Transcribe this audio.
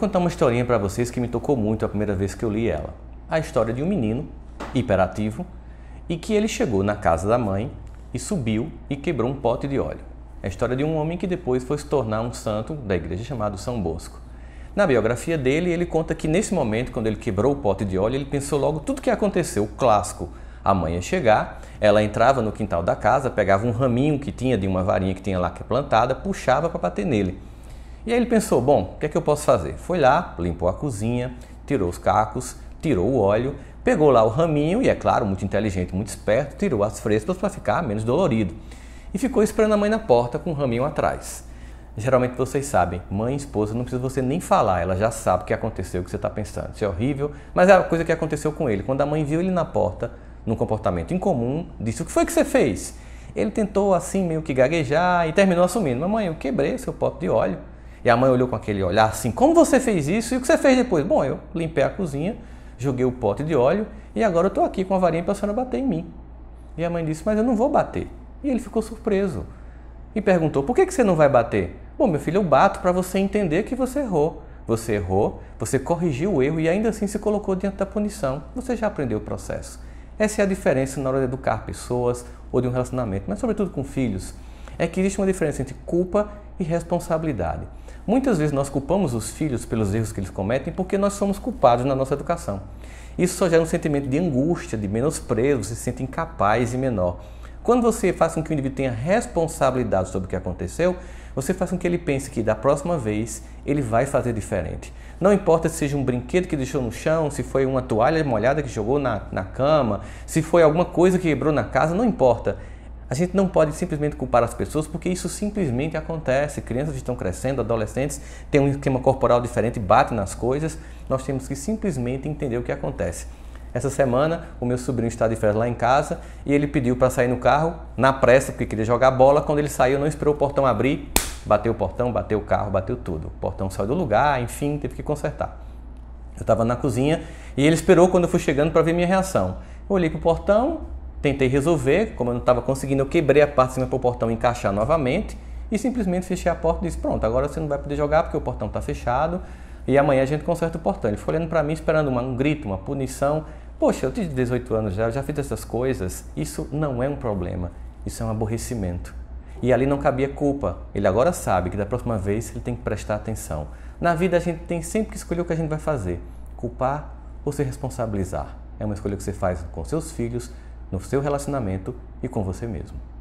contar uma historinha para vocês que me tocou muito a primeira vez que eu li ela. A história de um menino hiperativo e que ele chegou na casa da mãe e subiu e quebrou um pote de óleo. É a história de um homem que depois foi se tornar um santo da igreja chamado São Bosco. Na biografia dele, ele conta que nesse momento, quando ele quebrou o pote de óleo, ele pensou logo tudo o que aconteceu, o clássico. A mãe ia chegar, ela entrava no quintal da casa, pegava um raminho que tinha de uma varinha que tinha lá que é plantada, puxava para bater nele. E aí ele pensou, bom, o que é que eu posso fazer? Foi lá, limpou a cozinha, tirou os cacos, tirou o óleo, pegou lá o raminho e, é claro, muito inteligente, muito esperto, tirou as frestas para ficar menos dolorido. E ficou esperando a mãe na porta com o raminho atrás. Geralmente vocês sabem, mãe e esposa, não precisa você nem falar, ela já sabe o que aconteceu, o que você está pensando. Isso é horrível, mas é a coisa que aconteceu com ele. Quando a mãe viu ele na porta, num comportamento incomum, disse, o que foi que você fez? Ele tentou assim meio que gaguejar e terminou assumindo, mamãe, eu quebrei o seu pote de óleo. E a mãe olhou com aquele olhar assim, como você fez isso? E o que você fez depois? Bom, eu limpei a cozinha, joguei o pote de óleo e agora eu estou aqui com a varinha para a senhora bater em mim. E a mãe disse, mas eu não vou bater. E ele ficou surpreso e perguntou, por que você não vai bater? Bom, meu filho, eu bato para você entender que você errou. Você errou, você corrigiu o erro e ainda assim se colocou diante da punição. Você já aprendeu o processo. Essa é a diferença na hora de educar pessoas ou de um relacionamento, mas sobretudo com filhos. É que existe uma diferença entre culpa e responsabilidade. Muitas vezes nós culpamos os filhos pelos erros que eles cometem porque nós somos culpados na nossa educação. Isso só gera um sentimento de angústia, de menosprezo, você se sente incapaz e menor. Quando você faz com que o indivíduo tenha responsabilidade sobre o que aconteceu, você faz com que ele pense que da próxima vez ele vai fazer diferente. Não importa se seja um brinquedo que deixou no chão, se foi uma toalha molhada que jogou na cama, se foi alguma coisa que quebrou na casa, não importa. A gente não pode simplesmente culpar as pessoas porque isso simplesmente acontece. Crianças estão crescendo, adolescentes têm um esquema corporal diferente, batem nas coisas. Nós temos que simplesmente entender o que acontece. Essa semana, o meu sobrinho está de férias lá em casa e ele pediu para sair no carro, na pressa, porque queria jogar bola. Quando ele saiu, não esperou o portão abrir, bateu o portão, bateu o carro, bateu tudo. O portão saiu do lugar, enfim, teve que consertar. Eu estava na cozinha e ele esperou quando eu fui chegando para ver minha reação. Eu olhei para o portão, tentei resolver, como eu não estava conseguindo, eu quebrei a parte de cima para o portão encaixar novamente e simplesmente fechei a porta e disse, pronto, agora você não vai poder jogar porque o portão está fechado e amanhã a gente conserta o portão. Ele ficou olhando para mim esperando um grito, uma punição. Poxa, eu tenho 18 anos já fiz essas coisas. Isso não é um problema, isso é um aborrecimento. E ali não cabia culpa. Ele agora sabe que da próxima vez ele tem que prestar atenção. Na vida a gente tem sempre que escolher o que a gente vai fazer. Culpar ou se responsabilizar. É uma escolha que você faz com seus filhos, no seu relacionamento e com você mesmo.